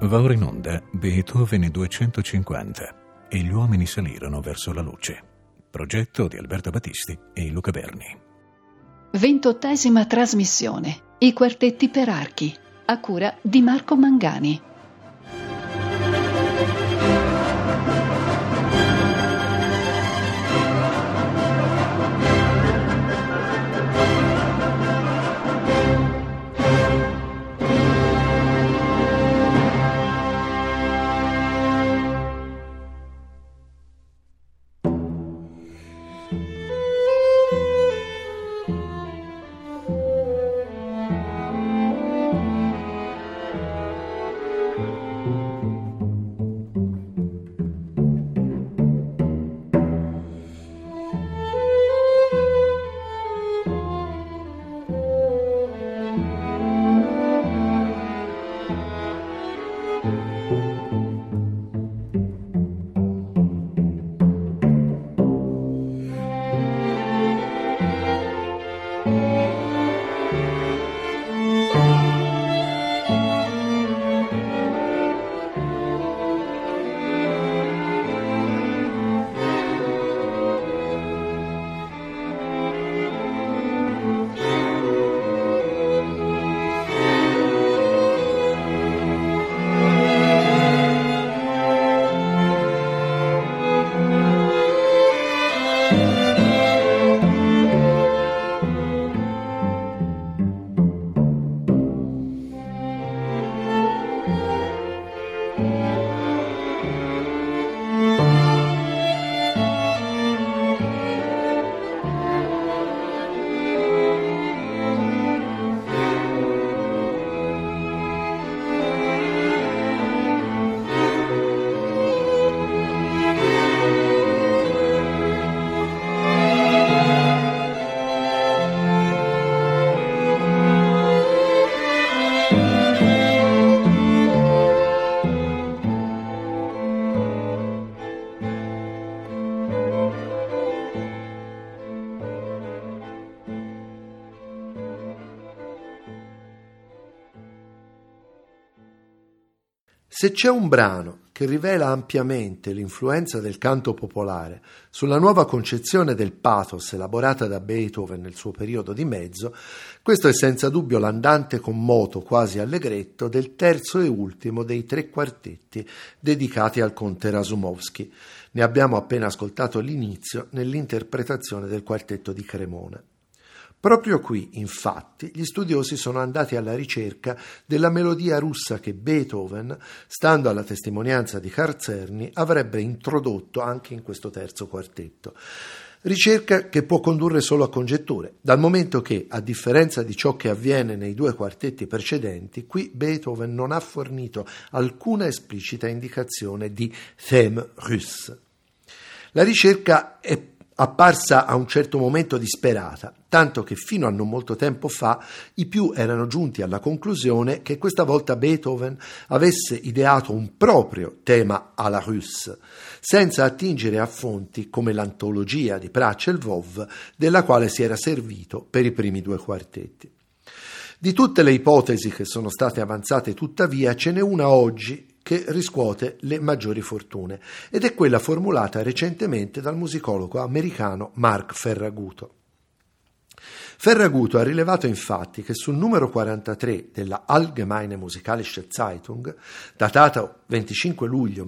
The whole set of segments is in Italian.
Va ora in onda Beethoven 250 e gli uomini salirono verso la luce. Progetto di Alberto Battisti e Luca Berni. 28ª trasmissione. I quartetti per archi. A cura di Marco Mangani. Se c'è un brano che rivela ampiamente l'influenza del canto popolare sulla nuova concezione del pathos elaborata da Beethoven nel suo periodo di mezzo, questo è senza dubbio l'andante con moto quasi allegretto del terzo e ultimo dei 3 quartetti dedicati al conte Rasoumovsky. Ne abbiamo appena ascoltato l'inizio nell'interpretazione del quartetto di Cremona. Proprio qui, infatti, gli studiosi sono andati alla ricerca della melodia russa che Beethoven, stando alla testimonianza di Carl Czerny, avrebbe introdotto anche in questo terzo quartetto. Ricerca che può condurre solo a congetture, dal momento che, a differenza di ciò che avviene nei 2 quartetti precedenti, qui Beethoven non ha fornito alcuna esplicita indicazione di thème russe. La ricerca è apparsa a un certo momento disperata, tanto che fino a non molto tempo fa i più erano giunti alla conclusione che questa volta Beethoven avesse ideato un proprio tema alla russe, senza attingere a fonti come l'antologia di Prachel-Vov, della quale si era servito per i primi 2 quartetti. Di tutte le ipotesi che sono state avanzate, tuttavia, ce n'è una oggi che riscuote le maggiori fortune, ed è quella formulata recentemente dal musicologo americano Mark Ferraguto. Ferraguto ha rilevato infatti che sul numero 43 della Allgemeine Musikalische Zeitung, datato 25 luglio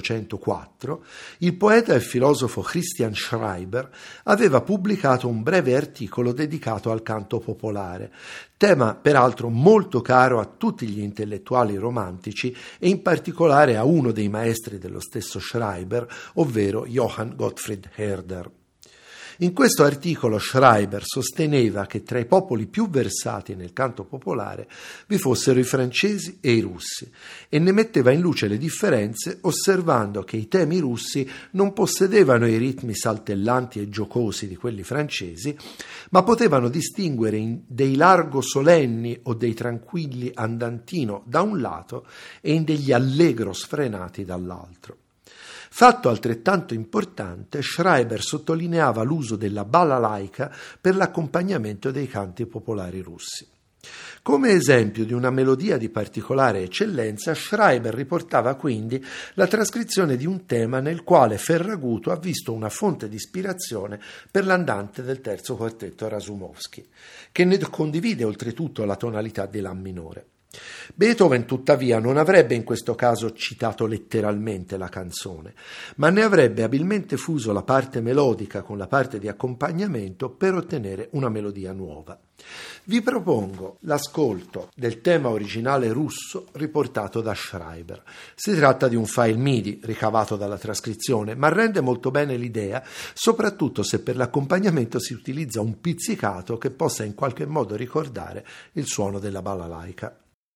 1804, il poeta e filosofo Christian Schreiber aveva pubblicato un breve articolo dedicato al canto popolare, tema peraltro molto caro a tutti gli intellettuali romantici e in particolare a uno dei maestri dello stesso Schreiber, ovvero Johann Gottfried Herder. In questo articolo Schreiber sosteneva che tra i popoli più versati nel canto popolare vi fossero i francesi e i russi e ne metteva in luce le differenze osservando che i temi russi non possedevano i ritmi saltellanti e giocosi di quelli francesi, ma potevano distinguere in dei largo solenni o dei tranquilli andantino da un lato e in degli allegro sfrenati dall'altro. Fatto altrettanto importante, Schreiber sottolineava l'uso della balalaica per l'accompagnamento dei canti popolari russi. Come esempio di una melodia di particolare eccellenza, Schreiber riportava quindi la trascrizione di un tema nel quale Ferraguto ha visto una fonte di ispirazione per l'andante del terzo quartetto Rasoumovsky, che ne condivide oltretutto la tonalità di La minore. Beethoven, tuttavia, non avrebbe in questo caso citato letteralmente la canzone, ma ne avrebbe abilmente fuso la parte melodica con la parte di accompagnamento per ottenere una melodia nuova. Vi propongo l'ascolto del tema originale russo riportato da Schreiber. Si tratta di un file MIDI ricavato dalla trascrizione, ma rende molto bene l'idea, soprattutto se per l'accompagnamento si utilizza un pizzicato che possa in qualche modo ricordare il suono della balalaica.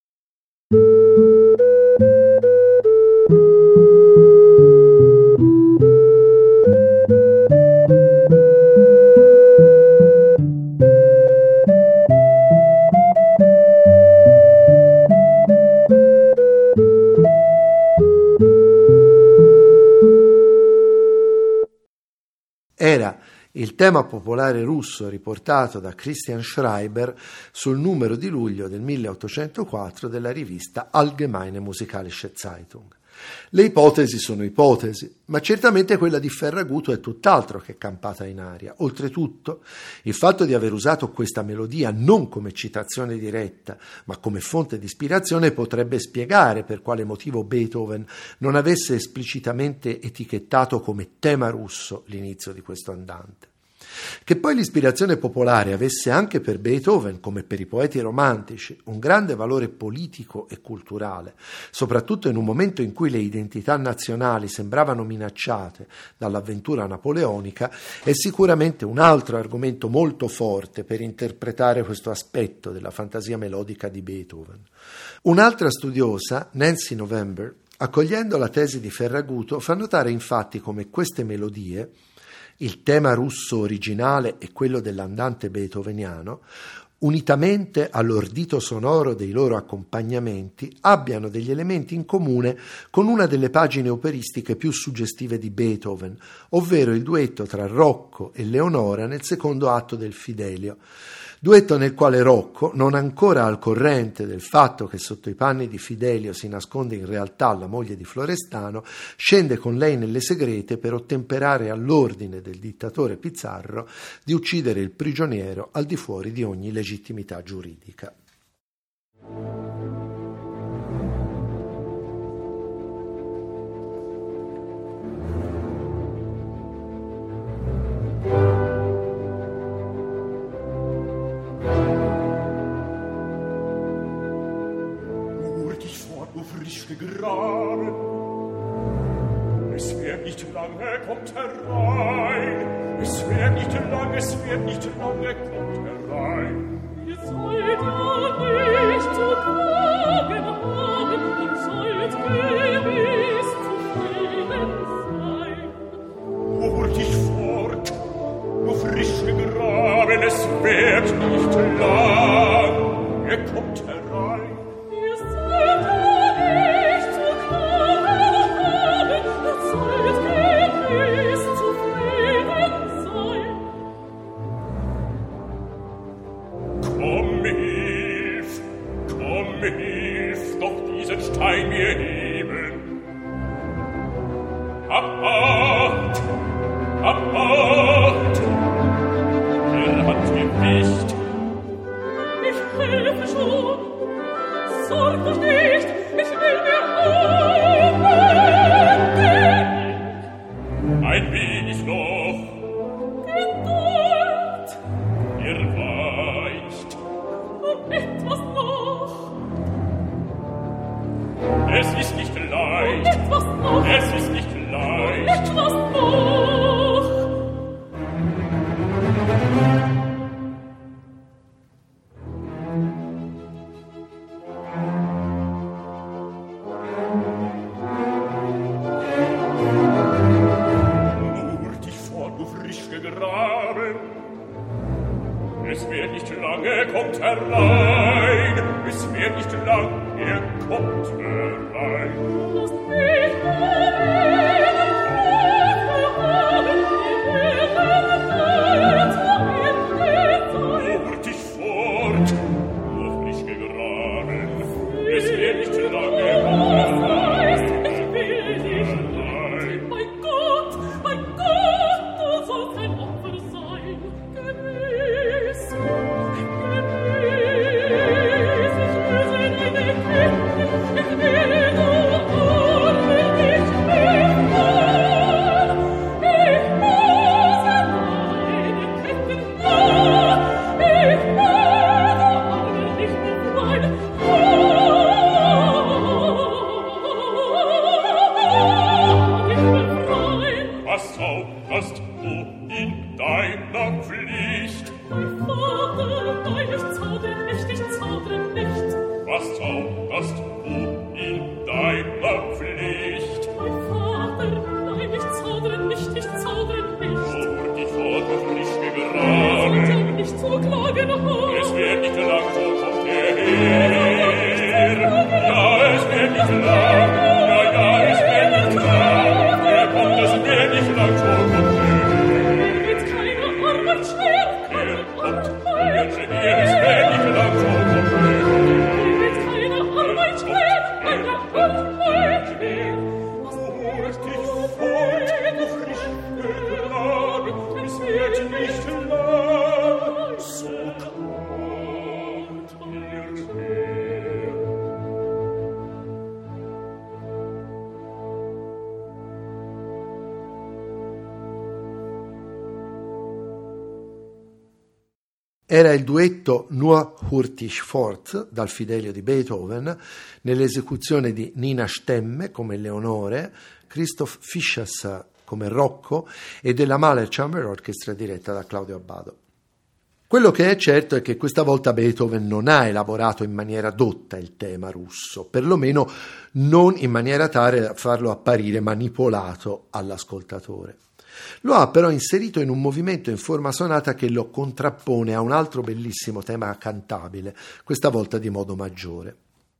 Era il tema popolare russo riportato da Christian Schreiber sul numero di luglio del 1804 della rivista Allgemeine Musikalische Zeitung. Le ipotesi sono ipotesi, ma certamente quella di Ferraguto è tutt'altro che campata in aria. Oltretutto, il fatto di aver usato questa melodia non come citazione diretta, ma come fonte di ispirazione potrebbe spiegare per quale motivo Beethoven non avesse esplicitamente etichettato come tema russo l'inizio di questo andante. Che poi l'ispirazione popolare avesse anche per Beethoven, come per i poeti romantici, un grande valore politico e culturale, soprattutto in un momento in cui le identità nazionali sembravano minacciate dall'avventura napoleonica, è sicuramente un altro argomento molto forte per interpretare questo aspetto della fantasia melodica di Beethoven. Un'altra studiosa, Nancy November, accogliendo la tesi di Ferraguto, fa notare infatti come queste melodie, il tema russo originale e quello dell'andante beethoveniano, unitamente all'ordito sonoro dei loro accompagnamenti, abbiano degli elementi in comune con una delle pagine operistiche più suggestive di Beethoven, ovvero il duetto tra Rocco e Leonora nel secondo atto del Fidelio. Duetto nel quale Rocco, non ancora al corrente del fatto che sotto i panni di Fidelio si nasconde in realtà la moglie di Florestano, scende con lei nelle segrete per ottemperare all'ordine del dittatore Pizarro di uccidere il prigioniero al di fuori di ogni legittimità giuridica. Frisch gegraben, es wird nicht lange, kommt herein, es wird nicht lange, kommt herein. Ihr sollt ja nicht zu klagen haben und sollt gewiss zufrieden sein. Holt dich fort, nur frisch gegraben, es wird nicht lange, kommt herein. Ihr sollt Stein mir heben. Hab Acht, er hat Gewicht. Ich helfe schon, sorg doch nicht, ich will mir aufwenden. Ein wenig noch. Geduld. Ihr weicht. Noch etwas noch. Es ist nicht leicht. Etwas noch. Es ist nicht leicht. Etwas noch. Nur dich fort, du frisch gegraben. Es wird nicht lange, kommt herein. Es wird nicht lange, kommt herein. Lass mich nur dich fort, nur Era il duetto Nur hurt ich fort dal Fidelio di Beethoven, nell'esecuzione di Nina Stemme come Leonore, Christoph Fischers come Rocco e della Mahler Chamber Orchestra diretta da Claudio Abbado. Quello che è certo è che questa volta Beethoven non ha elaborato in maniera dotta il tema russo, perlomeno non in maniera tale da farlo apparire manipolato all'ascoltatore. Lo ha però inserito in un movimento in forma sonata che lo contrappone a un altro bellissimo tema cantabile, questa volta di modo maggiore.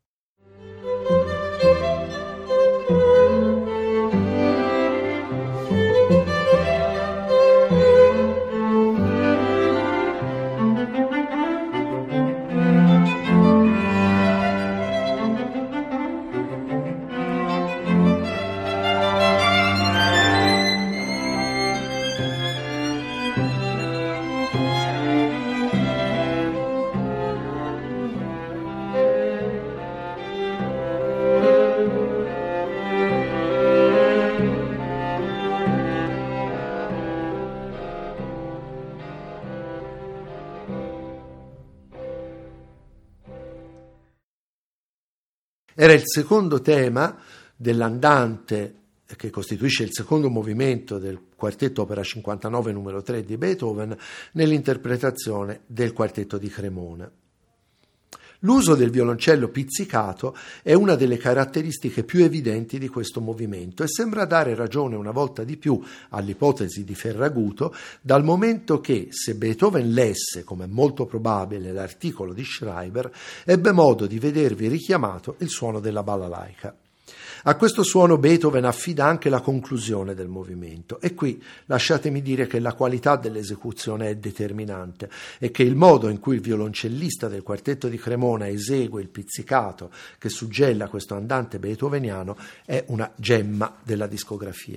Era il secondo tema dell'andante che costituisce il secondo movimento del quartetto opera 59 numero 3 di Beethoven nell'interpretazione del quartetto di Cremona. L'uso del violoncello pizzicato è una delle caratteristiche più evidenti di questo movimento e sembra dare ragione una volta di più all'ipotesi di Ferraguto, dal momento che, se Beethoven lesse, come è molto probabile, l'articolo di Schreiber, ebbe modo di vedervi richiamato il suono della balalaica. A questo suono Beethoven affida anche la conclusione del movimento e qui lasciatemi dire che la qualità dell'esecuzione è determinante e che il modo in cui il violoncellista del quartetto di Cremona esegue il pizzicato che suggella questo andante beethoveniano è una gemma della discografia.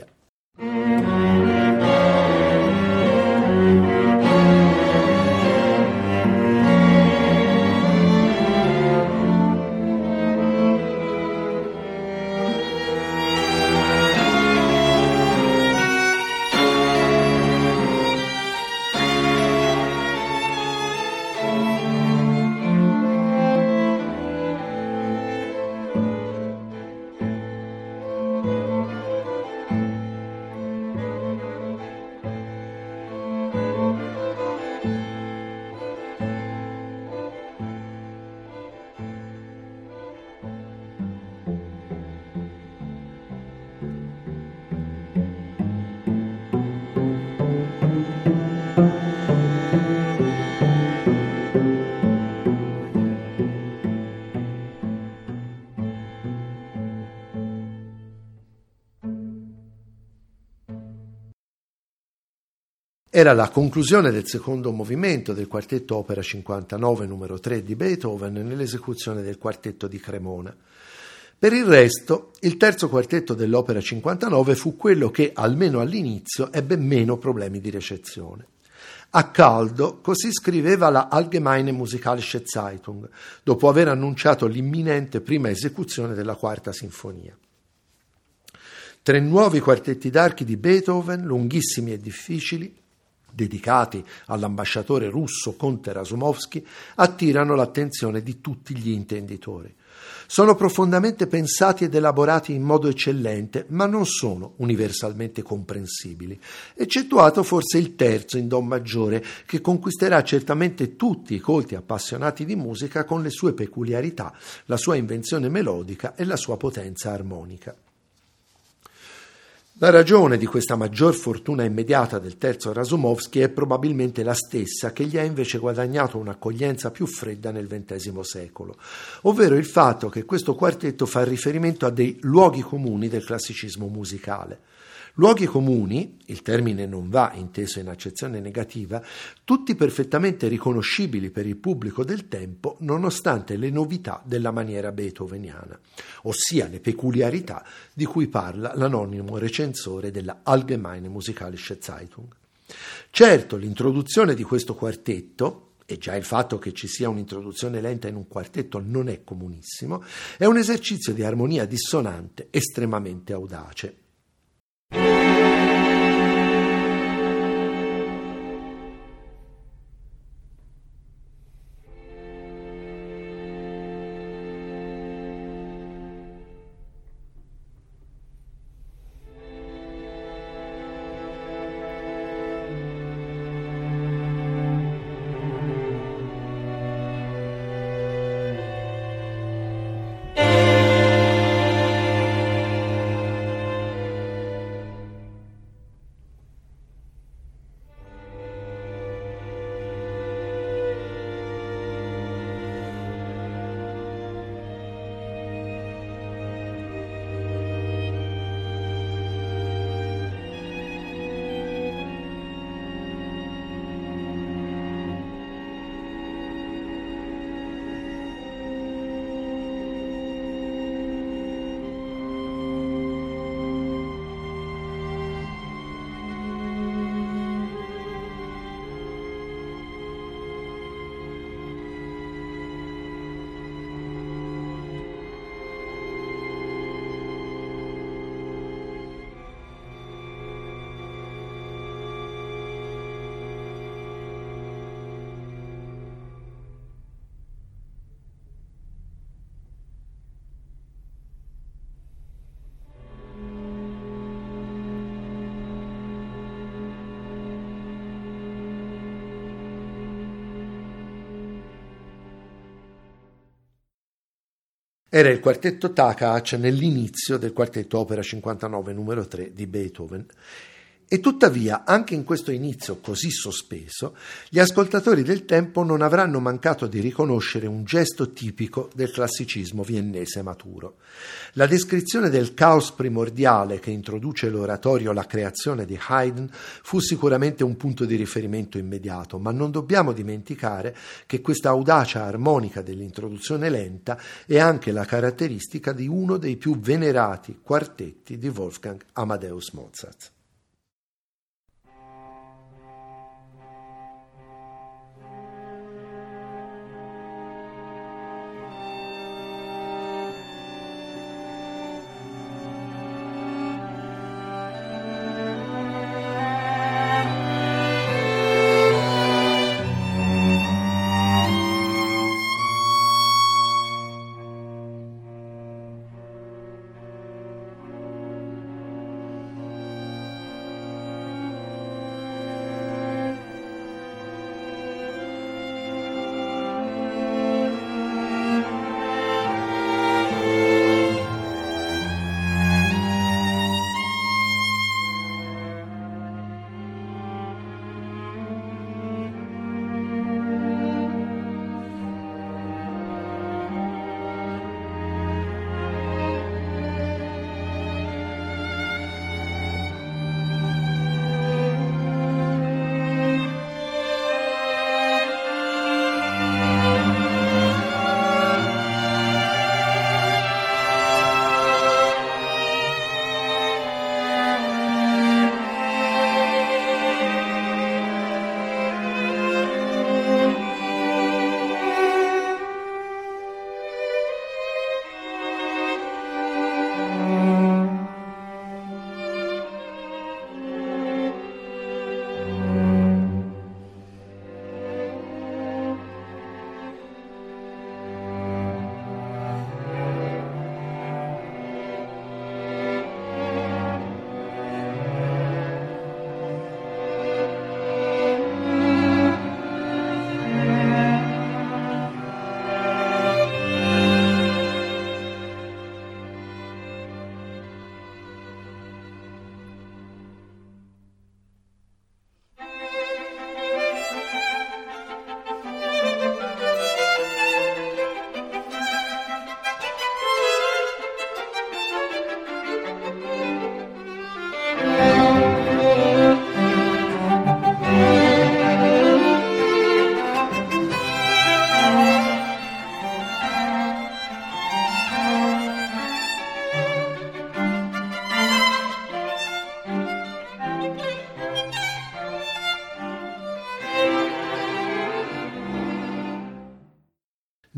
Era la conclusione del secondo movimento del quartetto opera 59 numero 3 di Beethoven nell'esecuzione del quartetto di Cremona. Per il resto, il terzo quartetto dell'opera 59 fu quello che, almeno all'inizio, ebbe meno problemi di ricezione. A caldo, così scriveva la Allgemeine Musikalische Zeitung, dopo aver annunciato l'imminente prima esecuzione della quarta sinfonia. 3 nuovi quartetti d'archi di Beethoven, lunghissimi e difficili, dedicati all'ambasciatore russo Conte Razumovsky, attirano l'attenzione di tutti gli intenditori. Sono profondamente pensati ed elaborati in modo eccellente, ma non sono universalmente comprensibili, eccettuato forse il terzo in do maggiore, che conquisterà certamente tutti i colti appassionati di musica con le sue peculiarità, la sua invenzione melodica e la sua potenza armonica. La ragione di questa maggior fortuna immediata del terzo Razumovsky è probabilmente la stessa che gli ha invece guadagnato un'accoglienza più fredda nel XX secolo, ovvero il fatto che questo quartetto fa riferimento a dei luoghi comuni del classicismo musicale. Luoghi comuni, il termine non va inteso in accezione negativa, tutti perfettamente riconoscibili per il pubblico del tempo nonostante le novità della maniera beethoveniana, ossia le peculiarità di cui parla l'anonimo recensore della Allgemeine Musikalische Zeitung. Certo, l'introduzione di questo quartetto, e già il fatto che ci sia un'introduzione lenta in un quartetto non è comunissimo, è un esercizio di armonia dissonante estremamente audace. Era il quartetto Takacs nell'inizio del quartetto opera 59 numero 3 di Beethoven. E tuttavia, anche in questo inizio così sospeso, gli ascoltatori del tempo non avranno mancato di riconoscere un gesto tipico del classicismo viennese maturo. La descrizione del caos primordiale che introduce l'oratorio La creazione di Haydn fu sicuramente un punto di riferimento immediato, ma non dobbiamo dimenticare che questa audacia armonica dell'introduzione lenta è anche la caratteristica di uno dei più venerati quartetti di Wolfgang Amadeus Mozart.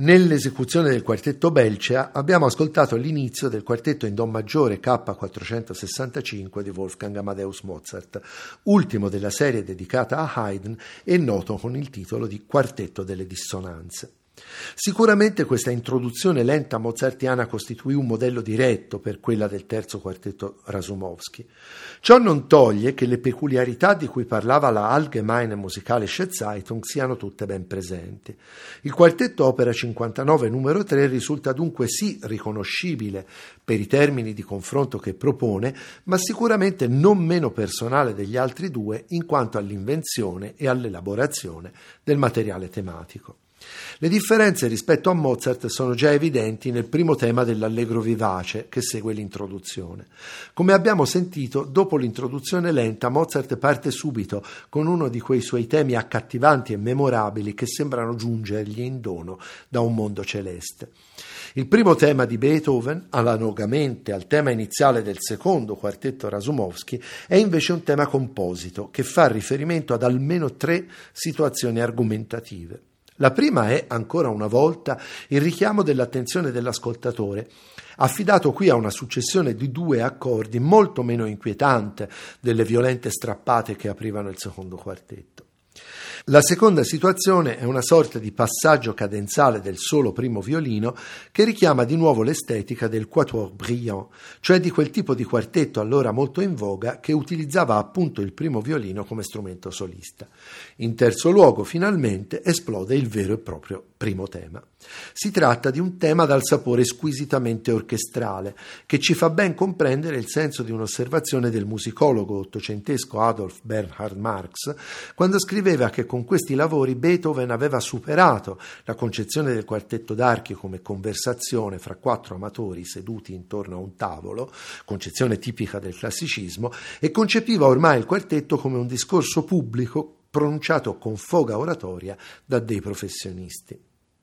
Nell'esecuzione del quartetto Belcea abbiamo ascoltato l'inizio del quartetto in Do maggiore K465 di Wolfgang Amadeus Mozart, ultimo della serie dedicata a Haydn e noto con il titolo di Quartetto delle dissonanze. Sicuramente questa introduzione lenta mozartiana costituì un modello diretto per quella del terzo quartetto Rasumowski. Ciò non toglie che le peculiarità di cui parlava la Allgemeine Musikalische Zeitung siano tutte ben presenti. Il quartetto opera 59 numero 3 risulta dunque sì riconoscibile per i termini di confronto che propone, ma sicuramente non meno personale degli altri due in quanto all'invenzione e all'elaborazione del materiale tematico. Le differenze rispetto a Mozart sono già evidenti nel primo tema dell'Allegro vivace che segue l'introduzione. Come abbiamo sentito, dopo l'introduzione lenta, Mozart parte subito con uno di quei suoi temi accattivanti e memorabili che sembrano giungergli in dono da un mondo celeste. Il primo tema di Beethoven, analogamente al tema iniziale del secondo quartetto Rasumowski, è invece un tema composito che fa riferimento ad almeno 3 situazioni argomentative. La prima è, ancora una volta, il richiamo dell'attenzione dell'ascoltatore, affidato qui a una successione di 2 accordi molto meno inquietante delle violente strappate che aprivano il secondo quartetto. La seconda situazione è una sorta di passaggio cadenzale del solo primo violino che richiama di nuovo l'estetica del quatuor brillant, cioè di quel tipo di quartetto allora molto in voga che utilizzava appunto il primo violino come strumento solista. In terzo luogo, finalmente, esplode il vero e proprio primo tema. Si tratta di un tema dal sapore squisitamente orchestrale, che ci fa ben comprendere il senso di un'osservazione del musicologo ottocentesco Adolf Bernhard Marx, quando scriveva che con questi lavori Beethoven aveva superato la concezione del quartetto d'archi come conversazione fra 4 amatori seduti intorno a un tavolo, concezione tipica del classicismo, e concepiva ormai il quartetto come un discorso pubblico pronunciato con foga oratoria da dei professionisti.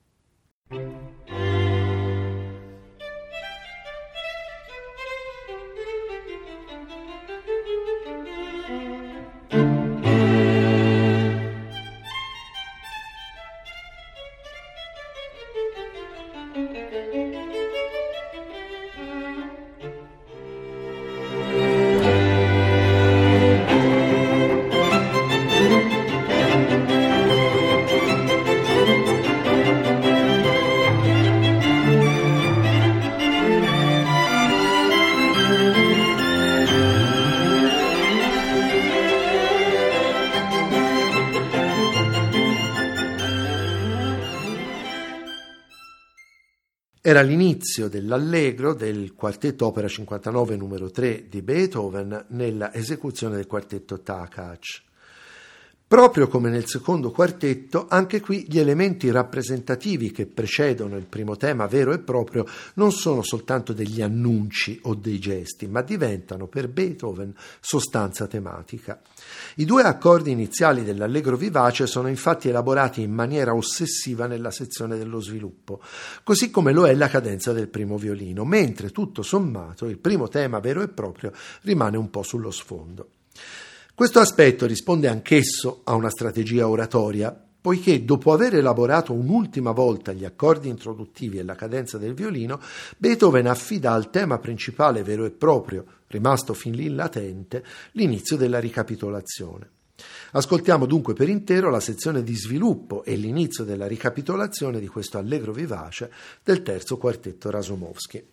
Era l'inizio dell'Allegro del quartetto opera 59 numero 3 di Beethoven nella esecuzione del quartetto Takacs. Proprio come nel secondo quartetto, anche qui gli elementi rappresentativi che precedono il primo tema vero e proprio non sono soltanto degli annunci o dei gesti, ma diventano per Beethoven sostanza tematica. I 2 accordi iniziali dell'Allegro vivace sono infatti elaborati in maniera ossessiva nella sezione dello sviluppo, così come lo è la cadenza del primo violino, mentre tutto sommato il primo tema vero e proprio rimane un po' sullo sfondo. Questo aspetto risponde anch'esso a una strategia oratoria, poiché dopo aver elaborato un'ultima volta gli accordi introduttivi e la cadenza del violino, Beethoven affida al tema principale vero e proprio, rimasto fin lì latente, l'inizio della ricapitolazione. Ascoltiamo dunque per intero la sezione di sviluppo e l'inizio della ricapitolazione di questo Allegro vivace del terzo quartetto Rasumowski.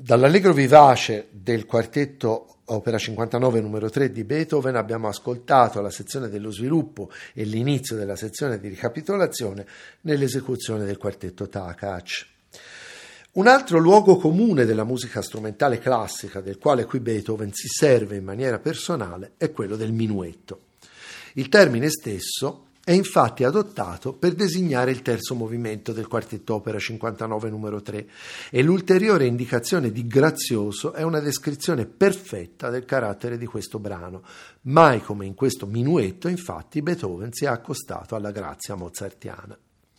Dall'allegro vivace del quartetto opera 59 numero 3 di Beethoven abbiamo ascoltato la sezione dello sviluppo e l'inizio della sezione di ricapitolazione nell'esecuzione del quartetto Takacs. Un altro luogo comune della musica strumentale classica del quale qui Beethoven si serve in maniera personale è quello del minuetto. Il termine stesso è infatti adottato per designare il terzo movimento del quartetto opera 59 numero 3 e l'ulteriore indicazione di grazioso è una descrizione perfetta del carattere di questo brano. Mai come in questo minuetto, infatti, Beethoven si è accostato alla grazia mozartiana.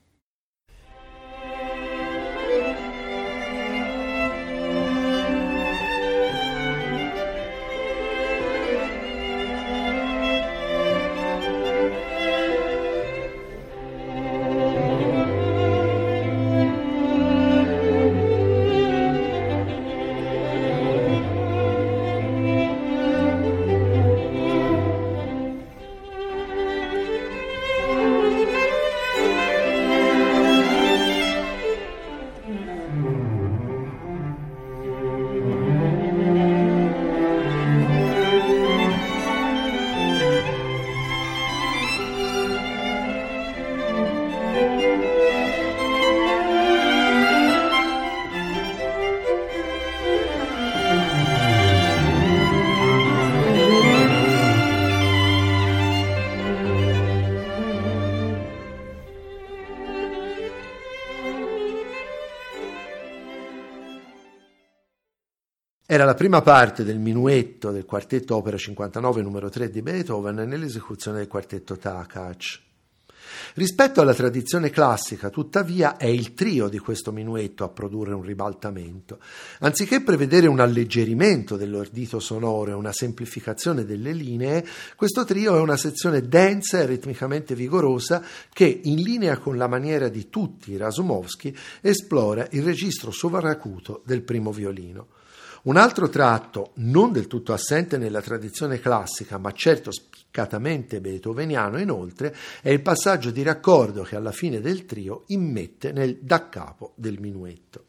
Era la prima parte del minuetto del quartetto opera 59 numero 3 di Beethoven nell'esecuzione del quartetto Takacs. Rispetto alla tradizione classica, tuttavia, è il trio di questo minuetto a produrre un ribaltamento. Anziché prevedere un alleggerimento dell'ordito sonoro e una semplificazione delle linee, questo trio è una sezione densa e ritmicamente vigorosa che, in linea con la maniera di tutti i Rasoumovsky, esplora il registro sovracuto del primo violino. Un altro tratto, non del tutto assente nella tradizione classica, ma certo spiccatamente beethoveniano inoltre, è il passaggio di raccordo che alla fine del trio immette nel daccapo del minuetto.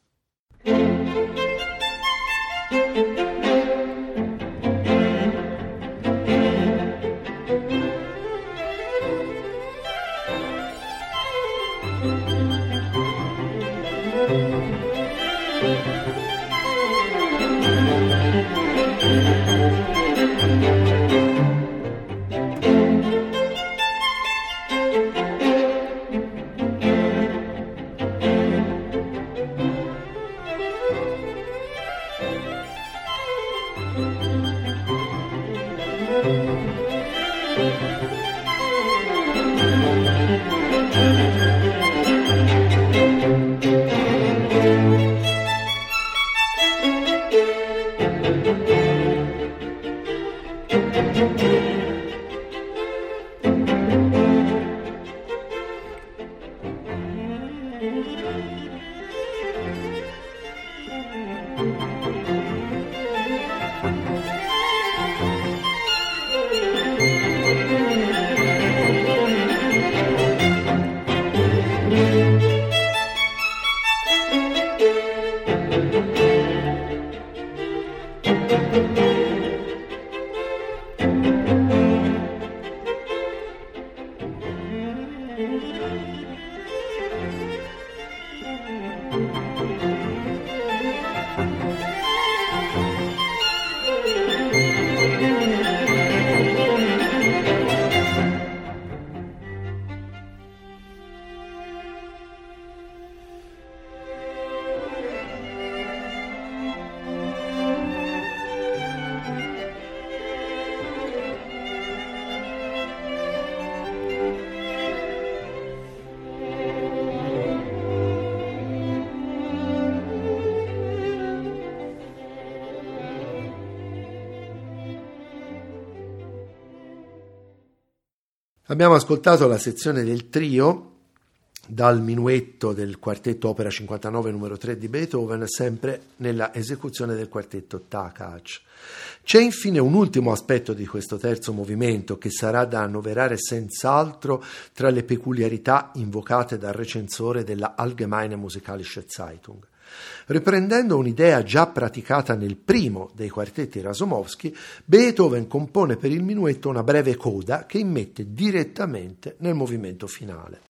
Abbiamo ascoltato la sezione del trio dal minuetto del quartetto opera 59 numero 3 di Beethoven, sempre nella esecuzione del quartetto Takacs. C'è infine un ultimo aspetto di questo terzo movimento che sarà da annoverare senz'altro tra le peculiarità invocate dal recensore della Allgemeine Musikalische Zeitung. Riprendendo un'idea già praticata nel primo dei quartetti Rasoumovsky, Beethoven compone per il minuetto una breve coda che immette direttamente nel movimento finale.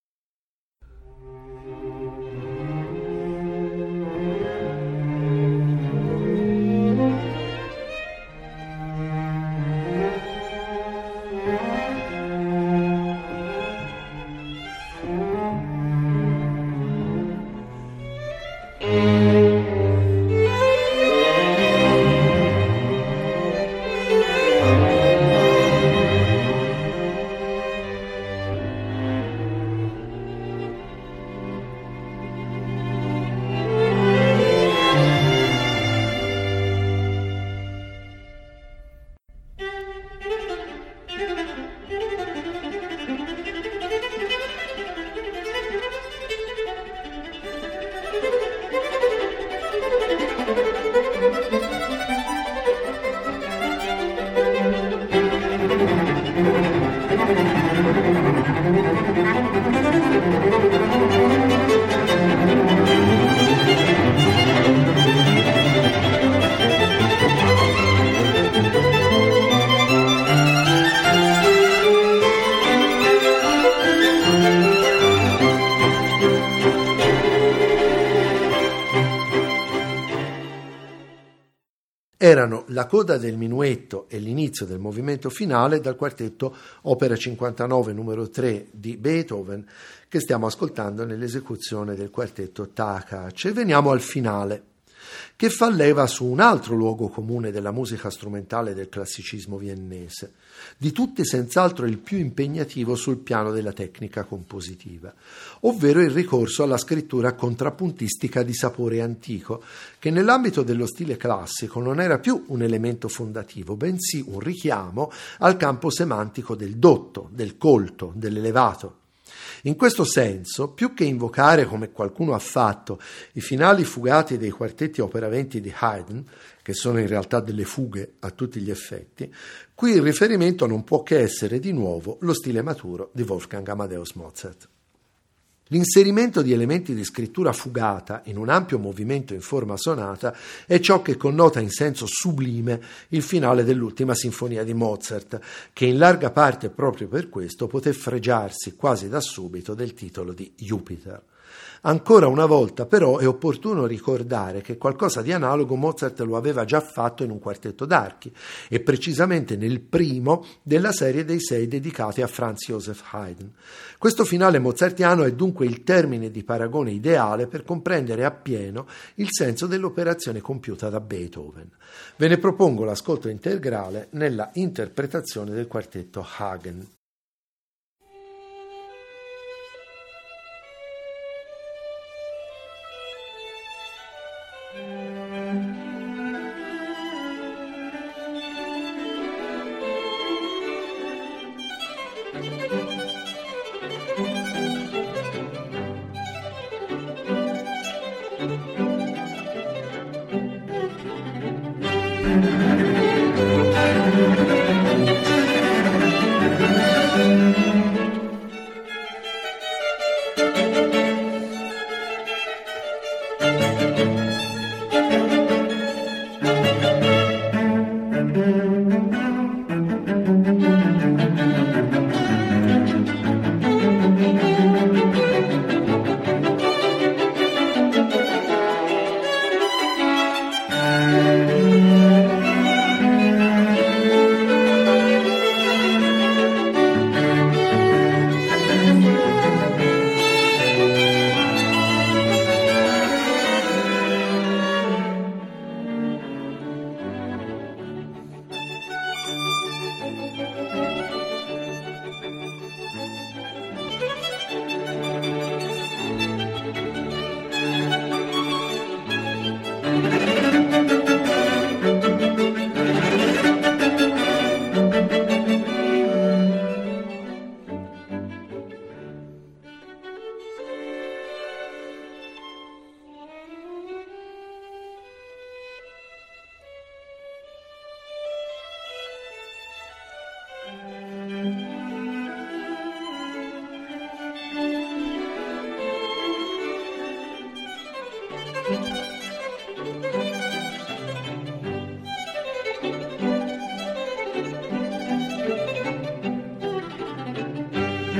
Erano la coda del minuetto e l'inizio del movimento finale dal quartetto Opera 59 numero 3 di Beethoven, che stiamo ascoltando nell'esecuzione del quartetto Takacs. E veniamo al finale, che fa leva su un altro luogo comune della musica strumentale del classicismo viennese, di tutti senz'altro il più impegnativo sul piano della tecnica compositiva, ovvero il ricorso alla scrittura contrappuntistica di sapore antico, che nell'ambito dello stile classico non era più un elemento fondativo, bensì un richiamo al campo semantico del dotto, del colto, dell'elevato. In questo senso, più che invocare, come qualcuno ha fatto, i finali fugati dei quartetti opera 20 di Haydn, che sono in realtà delle fughe a tutti gli effetti, qui il riferimento non può che essere di nuovo lo stile maturo di Wolfgang Amadeus Mozart. L'inserimento di elementi di scrittura fugata in un ampio movimento in forma sonata è ciò che connota in senso sublime il finale dell'ultima sinfonia di Mozart, che in larga parte proprio per questo poté fregiarsi quasi da subito del titolo di Jupiter. Ancora una volta però è opportuno ricordare che qualcosa di analogo Mozart lo aveva già fatto in un quartetto d'archi, e precisamente nel primo della serie dei 6 dedicati a Franz Joseph Haydn. Questo finale mozartiano è dunque il termine di paragone ideale per comprendere appieno il senso dell'operazione compiuta da Beethoven. Ve ne propongo l'ascolto integrale nella interpretazione del quartetto Hagen.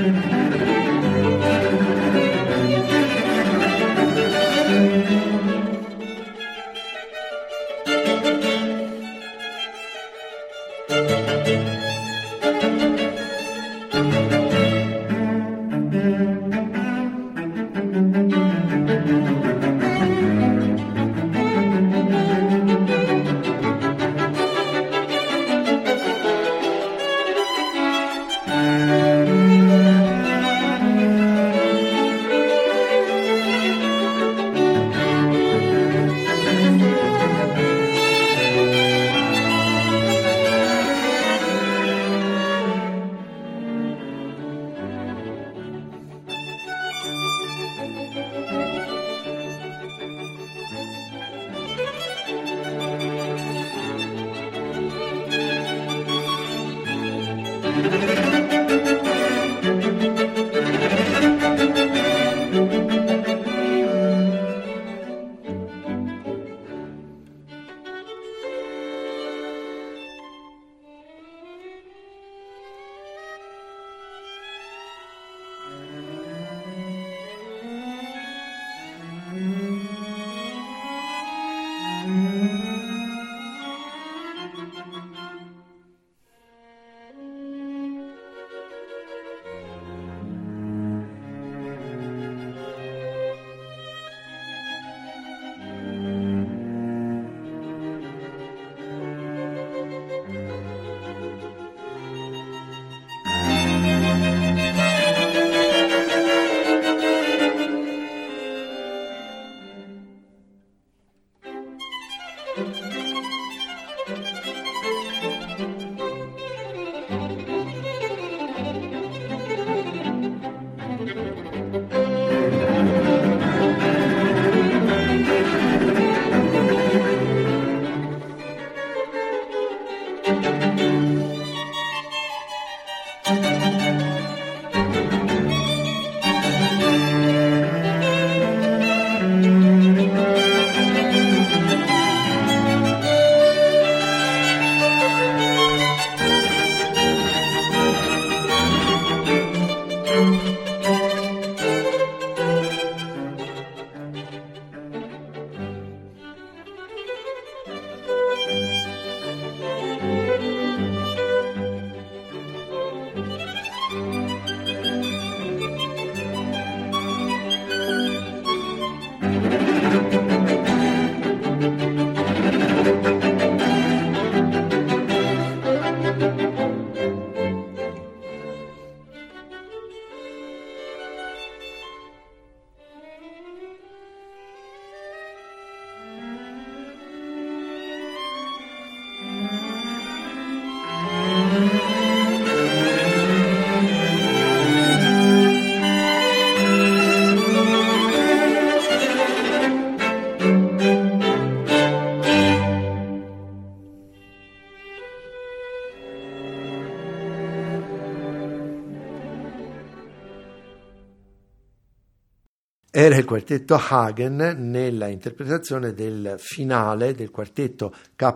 Era il quartetto Hagen nella interpretazione del finale del quartetto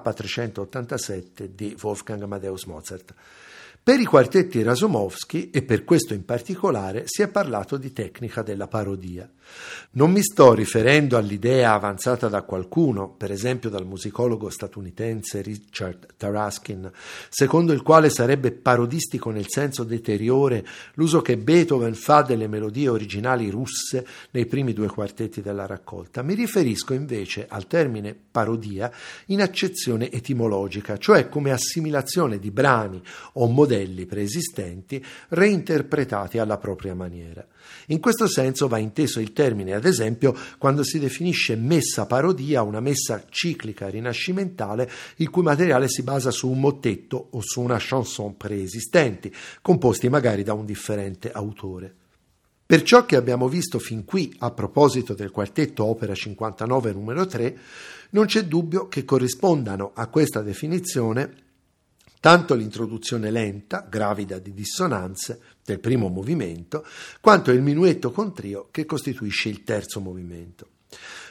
K387 di Wolfgang Amadeus Mozart. Per i quartetti Rasoumovsky, e per questo in particolare, si è parlato di tecnica della parodia. Non mi sto riferendo all'idea avanzata da qualcuno, per esempio dal musicologo statunitense Richard Taraskin, secondo il quale sarebbe parodistico nel senso deteriore l'uso che Beethoven fa delle melodie originali russe nei primi due quartetti della raccolta. Mi riferisco invece al termine parodia in accezione etimologica, cioè come assimilazione di brani o modelli preesistenti reinterpretati alla propria maniera. In questo senso va inteso il termine, ad esempio, quando si definisce messa parodia una messa ciclica rinascimentale il cui materiale si basa su un mottetto o su una chanson preesistenti, composti magari da un differente autore. Per ciò che abbiamo visto fin qui a proposito del quartetto opera 59 numero 3, non c'è dubbio che corrispondano a questa definizione tanto l'introduzione lenta, gravida di dissonanze, del primo movimento, quanto il minuetto con trio che costituisce il terzo movimento.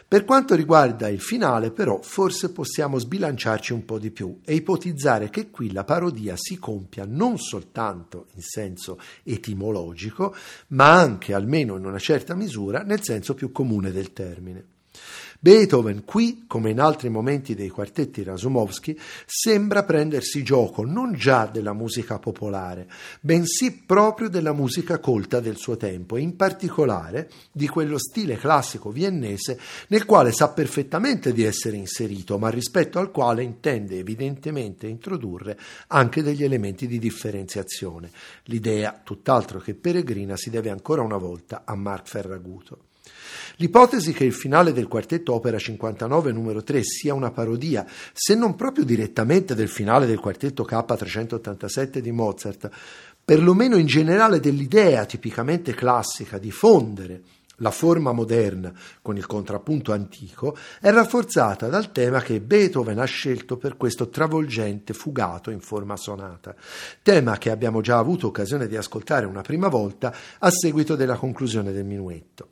Per quanto riguarda il finale, però, forse possiamo sbilanciarci un po' di più e ipotizzare che qui la parodia si compia non soltanto in senso etimologico, ma anche, almeno in una certa misura, nel senso più comune del termine. Beethoven qui, come in altri momenti dei quartetti Rasoumovsky, sembra prendersi gioco non già della musica popolare, bensì proprio della musica colta del suo tempo e in particolare di quello stile classico viennese nel quale sa perfettamente di essere inserito, ma rispetto al quale intende evidentemente introdurre anche degli elementi di differenziazione. L'idea, tutt'altro che peregrina, si deve ancora una volta a Marc Ferraguto. L'ipotesi che il finale del quartetto opera 59 numero 3 sia una parodia, se non proprio direttamente del finale del quartetto K387 di Mozart, perlomeno in generale dell'idea tipicamente classica di fondere la forma moderna con il contrappunto antico, è rafforzata dal tema che Beethoven ha scelto per questo travolgente fugato in forma sonata, tema che abbiamo già avuto occasione di ascoltare una prima volta a seguito della conclusione del minuetto.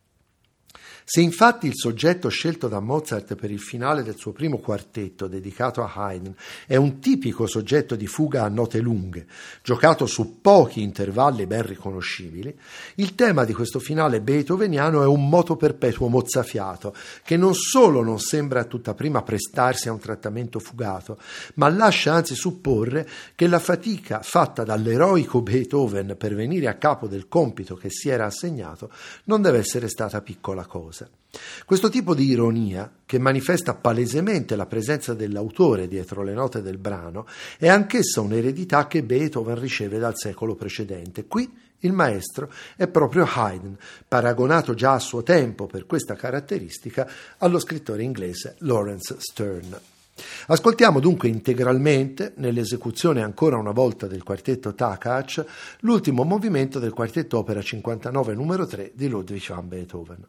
Se infatti il soggetto scelto da Mozart per il finale del suo primo quartetto dedicato a Haydn è un tipico soggetto di fuga a note lunghe, giocato su pochi intervalli ben riconoscibili, il tema di questo finale beethoveniano è un moto perpetuo mozzafiato che non solo non sembra a tutta prima prestarsi a un trattamento fugato, ma lascia anzi supporre che la fatica fatta dall'eroico Beethoven per venire a capo del compito che si era assegnato non deve essere stata piccola cosa. Questo tipo di ironia, che manifesta palesemente la presenza dell'autore dietro le note del brano, è anch'essa un'eredità che Beethoven riceve dal secolo precedente. Qui il maestro è proprio Haydn, paragonato già a suo tempo per questa caratteristica allo scrittore inglese Lawrence Sterne. Ascoltiamo dunque integralmente, nell'esecuzione ancora una volta del quartetto Takacs, l'ultimo movimento del quartetto opera 59 numero 3 di Ludwig van Beethoven.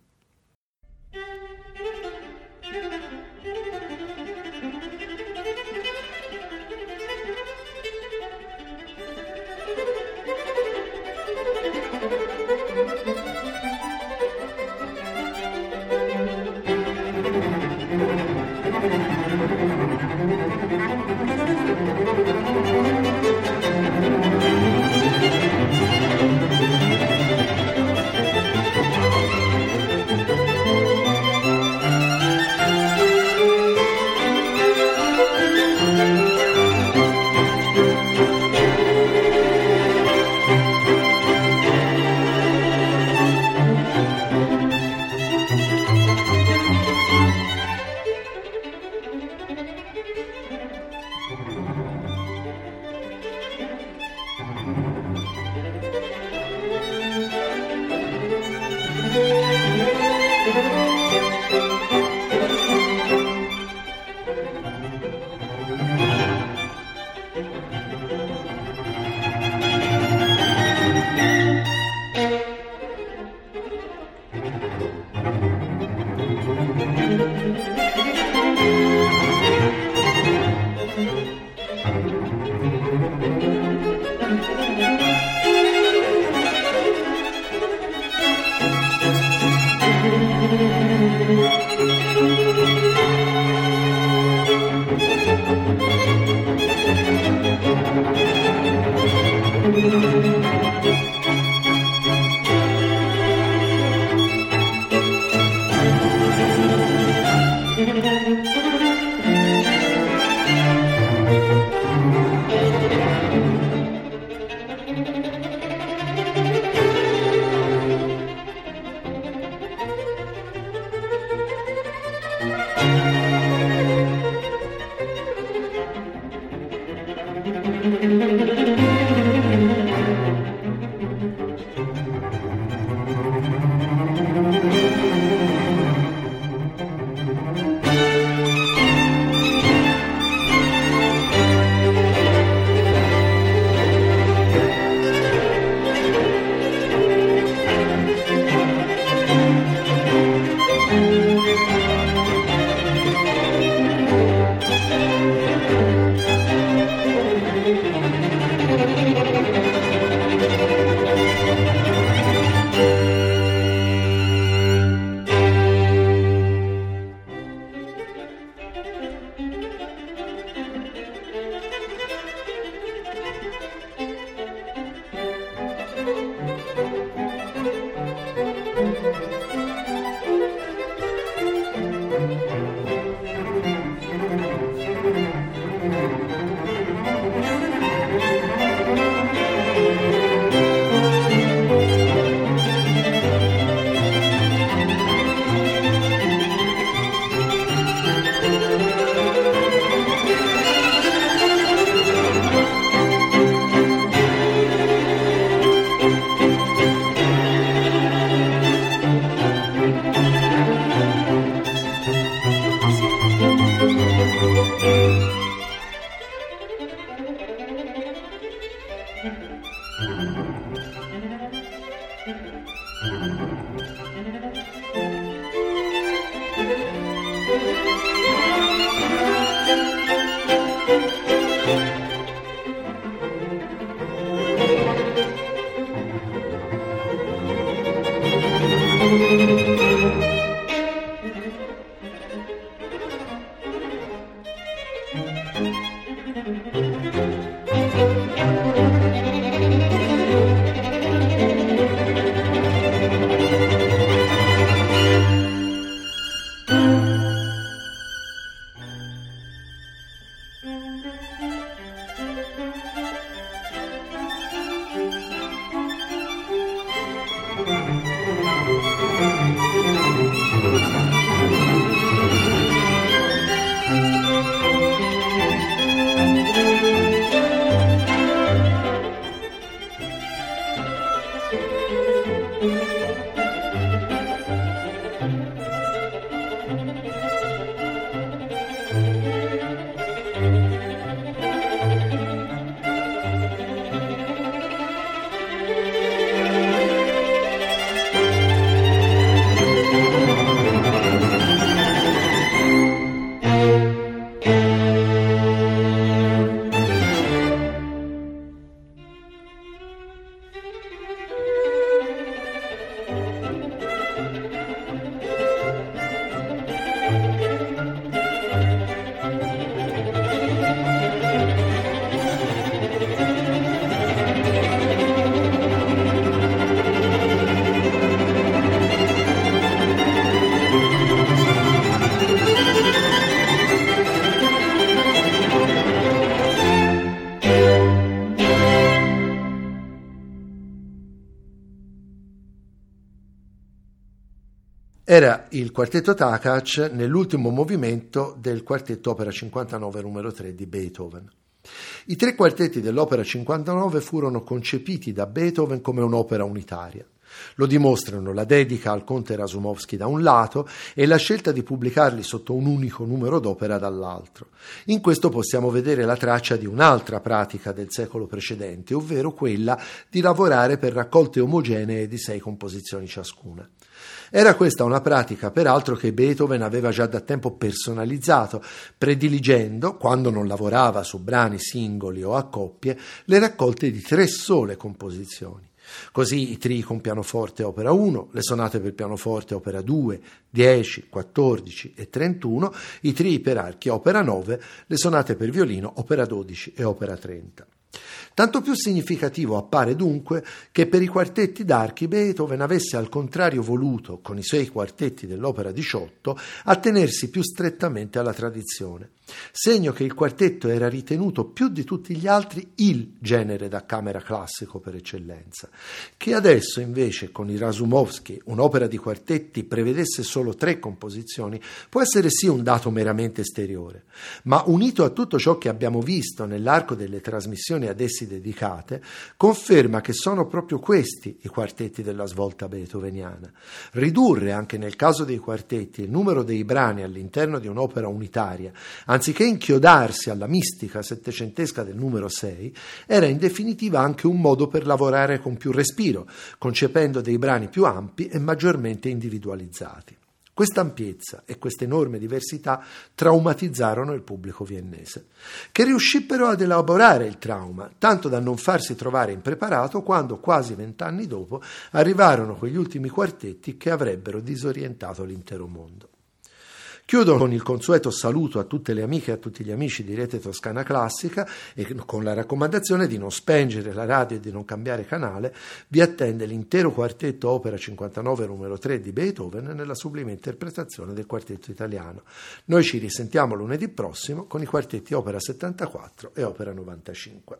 Era il quartetto Takacs nell'ultimo movimento del quartetto opera 59 numero 3 di Beethoven. I tre quartetti dell'opera 59 furono concepiti da Beethoven come un'opera unitaria. Lo dimostrano la dedica al conte Rasoumovsky da un lato e la scelta di pubblicarli sotto un unico numero d'opera dall'altro. In questo possiamo vedere la traccia di un'altra pratica del secolo precedente, ovvero quella di lavorare per raccolte omogenee di 6 composizioni ciascuna. Era questa una pratica, peraltro, che Beethoven aveva già da tempo personalizzato, prediligendo, quando non lavorava su brani singoli o a coppie, le raccolte di 3 sole composizioni. Così i trii con pianoforte opera 1, le sonate per pianoforte opera 2, 10, 14 e 31, i trii per archi opera 9, le sonate per violino opera 12 e opera 30. Tanto più significativo appare dunque che per i quartetti d'archi Beethoven avesse al contrario voluto, con i suoi quartetti dell'opera 18, attenersi più strettamente alla tradizione, segno che il quartetto era ritenuto più di tutti gli altri il genere da camera classico per eccellenza. Che adesso invece con i Rasoumovsky un'opera di quartetti prevedesse solo 3 composizioni può essere sì un dato meramente esteriore, ma unito a tutto ciò che abbiamo visto nell'arco delle trasmissioni ad essi dedicate, conferma che sono proprio questi i quartetti della svolta beethoveniana. Ridurre anche nel caso dei quartetti il numero dei brani all'interno di un'opera unitaria, anziché inchiodarsi alla mistica settecentesca del numero 6, era in definitiva anche un modo per lavorare con più respiro, concependo dei brani più ampi e maggiormente individualizzati. Questa ampiezza e questa enorme diversità traumatizzarono il pubblico viennese, che riuscì però ad elaborare il trauma, tanto da non farsi trovare impreparato quando, quasi 20 anni dopo, arrivarono quegli ultimi quartetti che avrebbero disorientato l'intero mondo. Chiudo con il consueto saluto a tutte le amiche e a tutti gli amici di Rete Toscana Classica e con la raccomandazione di non spengere la radio e di non cambiare canale. Vi attende l'intero quartetto opera 59 numero 3 di Beethoven nella sublime interpretazione del quartetto italiano. Noi ci risentiamo lunedì prossimo con i quartetti opera 74 e opera 95.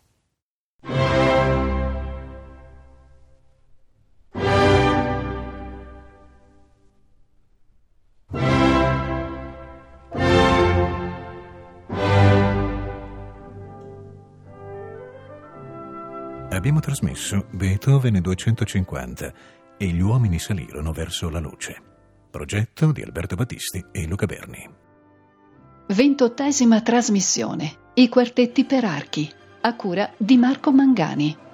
Abbiamo trasmesso Beethoven 250 e gli uomini salirono verso la luce. Progetto di Alberto Battisti e Luca Berni. 28ª trasmissione. I quartetti per archi. A cura di Marco Mangani.